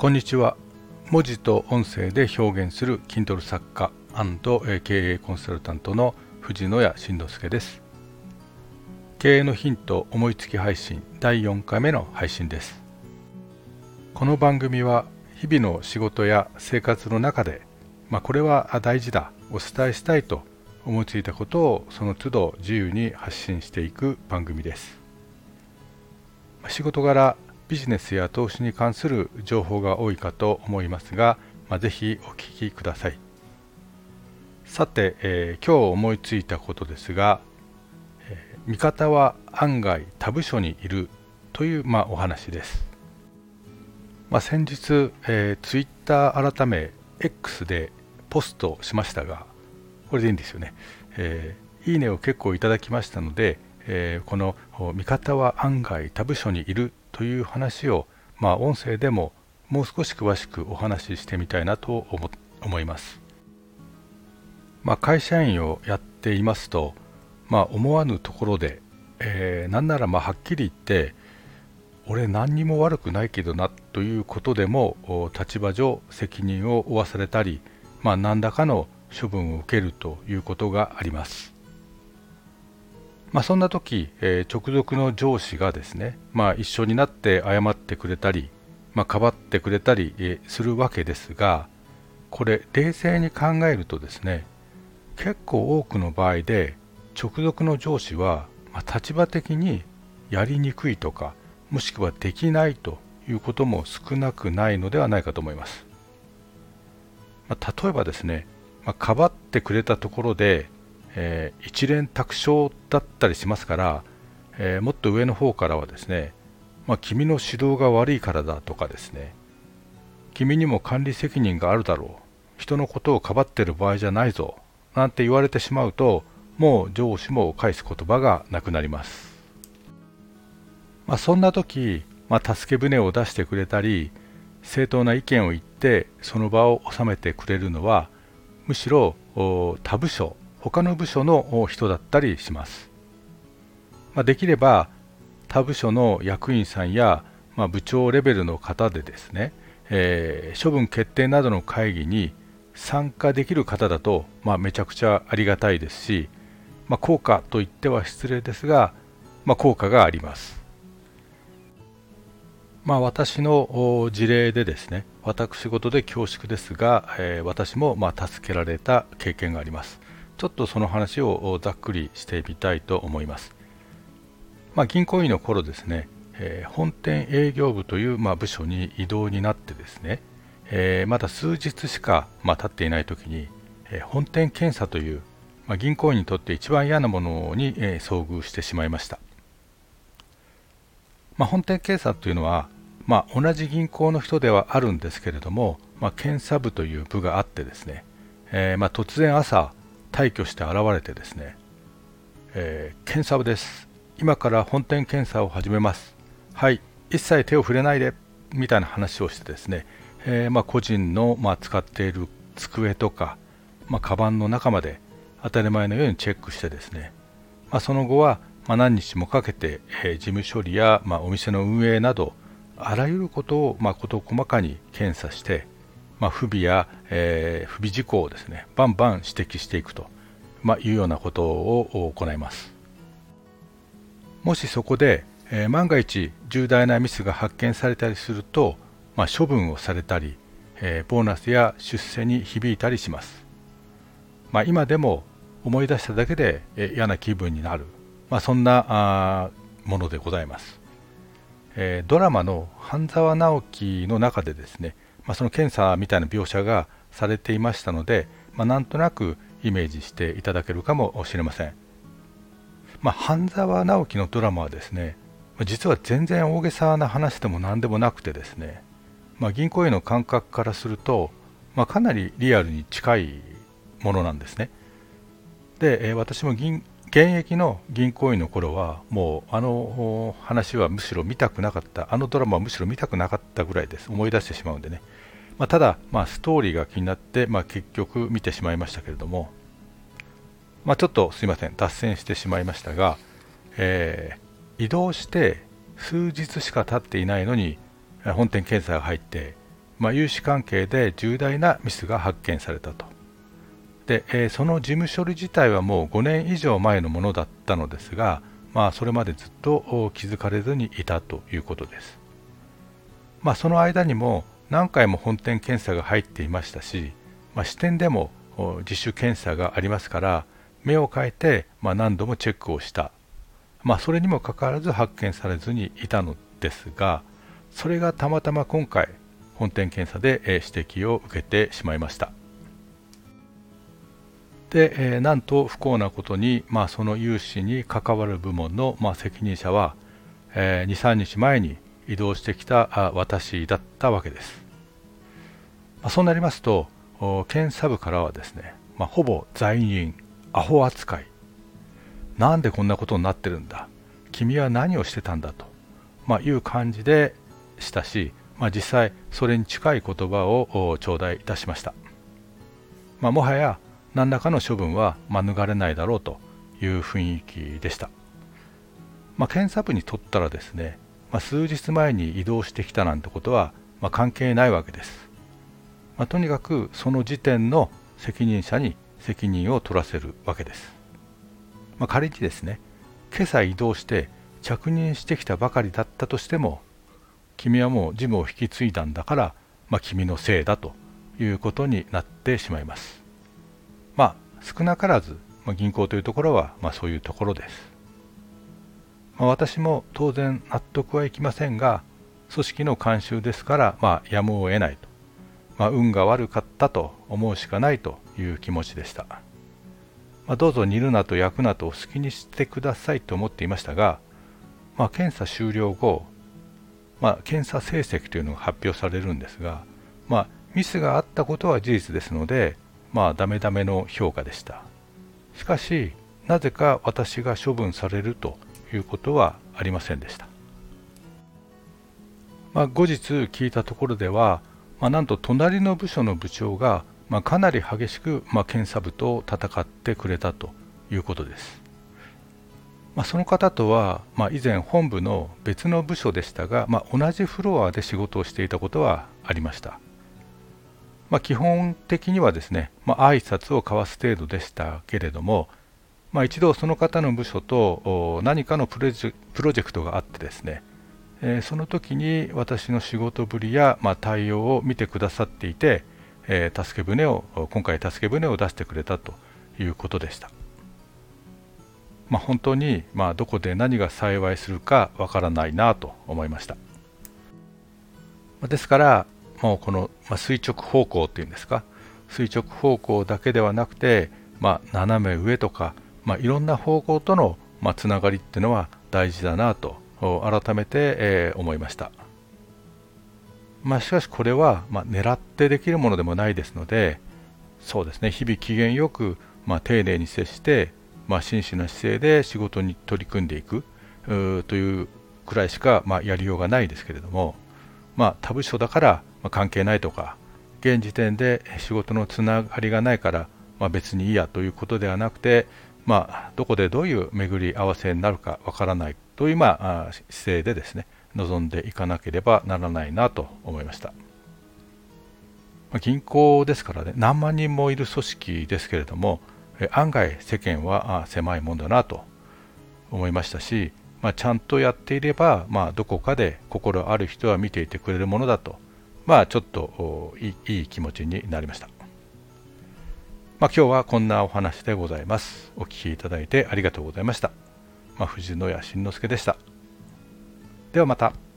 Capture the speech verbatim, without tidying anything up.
こんにちは。文字と音声で表現する Kindle 作家&経営コンサルタントの藤野谷慎之介です。経営のヒント思いつき配信だいよんかいめの配信です。この番組は日々の仕事や生活の中で、まあ、これは大事だ、お伝えしたいと思いついたことをその都度自由に発信していく番組です。仕事柄ビジネスや投資に関する情報が多いかと思いますが、まあ、ぜひお聞きください。さて、えー、今日思いついたことですが、えー、味方は案外他部署にいるという、まあ、お話です。まあ、先日、えー、Twitter 改め X でポストしましたが、これでいいんですよね。えー、いいねを結構いただきましたので、えー、この味方は案外他部署にいるという話を、まあ、音声でももう少し詳しくお話ししてみたいなと 思, 思います。まあ、会社員をやっていますと、まあ、思わぬところで、えー、なんならまあはっきり言って俺何にも悪くないけどなということでも立場上責任を負わされたり、まあ、何らかの処分を受けるということがあります。まあ、そんな時、えー、直属の上司がですね、まあ、一緒になって謝ってくれたり、まあ、かばってくれたり、えー、するわけですが、これ冷静に考えるとですね、結構多くの場合で直属の上司は、まあ、立場的にやりにくいとか、もしくはできないということも少なくないのではないかと思います。まあ、例えばですね、まあ、かばってくれたところでえー、一連卓勝だったりしますから、えー、もっと上の方からはですね、まあ、君の指導が悪いからだとかですね、君にも管理責任があるだろう、人のことをかばってる場合じゃないぞなんて言われてしまうと、もう上司も返す言葉がなくなります。まあ、そんな時、まあ、助け舟を出してくれたり正当な意見を言ってその場を収めてくれるのはむしろ他部署他の部署の人だったりします。まあ、できれば他部署の役員さんや、まあ、部長レベルの方でですね、えー、処分決定などの会議に参加できる方だと、まあ、めちゃくちゃありがたいですし、まあ、効果といっては失礼ですが、まあ、効果があります。まあ、私の事例でですね、私事で恐縮ですが、えー、私もまあ助けられた経験があります。ちょっとその話をざっくりしてみたいと思います。まあ、銀行員の頃ですね、えー、本店営業部というまあ部署に異動になってですね、えー、まだ数日しかまあ経っていない時に、えー、本店検査という、まあ、銀行員にとって一番嫌なものに、えー、遭遇してしまいました。まあ、本店検査というのは、まあ、同じ銀行の人ではあるんですけれども、まあ、検査部という部があってですね、えーまあ、突然朝退去して現れてですね、えー、検査部です。今から本店検査を始めます。はい、一切手を触れないでみたいな話をしてですね、えーまあ、個人の、まあ、使っている机とか、まあ、カバンの中まで当たり前のようにチェックしてですね、まあ、その後は、まあ、何日もかけて、えー、事務処理や、まあ、お店の運営などあらゆることを、まあ、事細かに検査して、まあ、不備や、えー、不備事項をですねバンバン指摘していくと、まあ、いうようなことを行います。もしそこで、えー、万が一重大なミスが発見されたりすると、まあ、処分をされたり、えー、ボーナスや出世に響いたりします。まあ、今でも思い出しただけで、えー、嫌な気分になる、まあ、そんなあものでございます。えー、ドラマの半沢直樹の中でですね、まあ、その検査みたいな描写がされていましたので、まあ、なんとなくイメージしていただけるかもしれません。まあ、半沢直樹のドラマはですね、実は全然大げさな話でも何でもなくてですね、まあ、銀行員の感覚からすると、まあ、かなりリアルに近いものなんですね。で、えー、私も銀現役の銀行員の頃はもうあの話はむしろ見たくなかった、あのドラマはむしろ見たくなかったぐらいです。思い出してしまうんでね。まあ、ただ、まあ、ストーリーが気になって、まあ、結局見てしまいましたけれども、まあ、ちょっとすいません脱線してしまいましたが、えー、移動して数日しか経っていないのに本店検査が入って、 まあ、融資関係で重大なミスが発見されたと。で、えー、その事務処理自体はもうごねん以上前のものだったのですが、まあ、それまでずっと気づかれずにいたということです。まあ、その間にも何回も本店検査が入っていましたし、まあ、支店でも自主検査がありますから、目を変えて、まあ、何度もチェックをした。まあ、それにもかかわらず発見されずにいたのですが、それがたまたま今回本店検査で指摘を受けてしまいました。で、えー、なんと不幸なことに、まあ、その融資に関わる部門の、まあ、責任者は、えー、に、さんにちまえに移動してきたあ私だったわけです。まあ、そうなりますと、検査部からはですね、まあ、ほぼ罪人、アホ扱い、なんでこんなことになってるんだ、君は何をしてたんだと、まあ、いう感じでしたし、まあ、実際それに近い言葉を頂戴いたしました。まあ、もはや何らかの処分は免れないだろうという雰囲気でした。まあ、検査部にとったらですね、まあ、数日前に移動してきたなんてことは、まあ、関係ないわけです。まあ、とにかくその時点の責任者に責任を取らせるわけです。まあ、仮にですね、今朝移動して着任してきたばかりだったとしても、君はもう事務を引き継いだんだから、まあ、君のせいだということになってしまいます。まあ少なからず、まあ、銀行というところはまあそういうところです。まあ、私も当然納得はいきませんが、組織の慣習ですからまあやむを得ないと、まあ、運が悪かったと思うしかないという気持ちでした。まあ、どうぞ煮るなと焼くなとお好きにしてくださいと思っていましたが、まあ、検査終了後、まあ、検査成績というのが発表されるんですが、まあ、ミスがあったことは事実ですので、まあダメダメの評価でした。しかしなぜか私が処分されるということはありませんでした。まあ、後日聞いたところでは、まあ、なんと隣の部署の部長が、まあ、かなり激しく、まあ、検査部と戦ってくれたということです。まあ、その方とは、まあ、以前本部の別の部署でしたが、まあ、同じフロアで仕事をしていたことはありました。まあ、基本的にはですね、まあ、挨拶を交わす程度でしたけれども、まあ、一度その方の部署と何かのプロジェ、プロジェクトがあってですね、えー、その時に私の仕事ぶりや、まあ、対応を見てくださっていて、えー、助け舟を今回助け舟を出してくれたということでした。まあ、本当に、まあ、どこで何が幸いするかわからないなと思いました。ですからもうこの、まあ、垂直方向っていうんですか、垂直方向だけではなくて、まあ、斜め上とか、まあ、いろんな方向との、まあ、つながりっていうのは大事だなと改めて、えー、思いました。まあ、しかしこれは、まあ、狙ってできるものでもないですので、そうですね、日々機嫌よく、まあ、丁寧に接して、まあ、真摯な姿勢で仕事に取り組んでいくというくらいしか、まあ、やりようがないですけれども、まあ、他部署だから関係ないとか、現時点で仕事のつながりがないから、まあ、別にいいやということではなくて、まあ、どこでどういう巡り合わせになるかわからないという、まあ、姿勢でですね、臨んでいかなければならないなと思いました。まあ、銀行ですからね、何万人もいる組織ですけれども、案外世間は狭いもんだなと思いましたし、まあ、ちゃんとやっていれば、まあ、どこかで心ある人は見ていてくれるものだと、まあ、ちょっといい、いい気持ちになりました。まあ、今日はこんなお話でございます。お聞きいただいてありがとうございました。まあ、藤野谷慎之介でした。ではまた。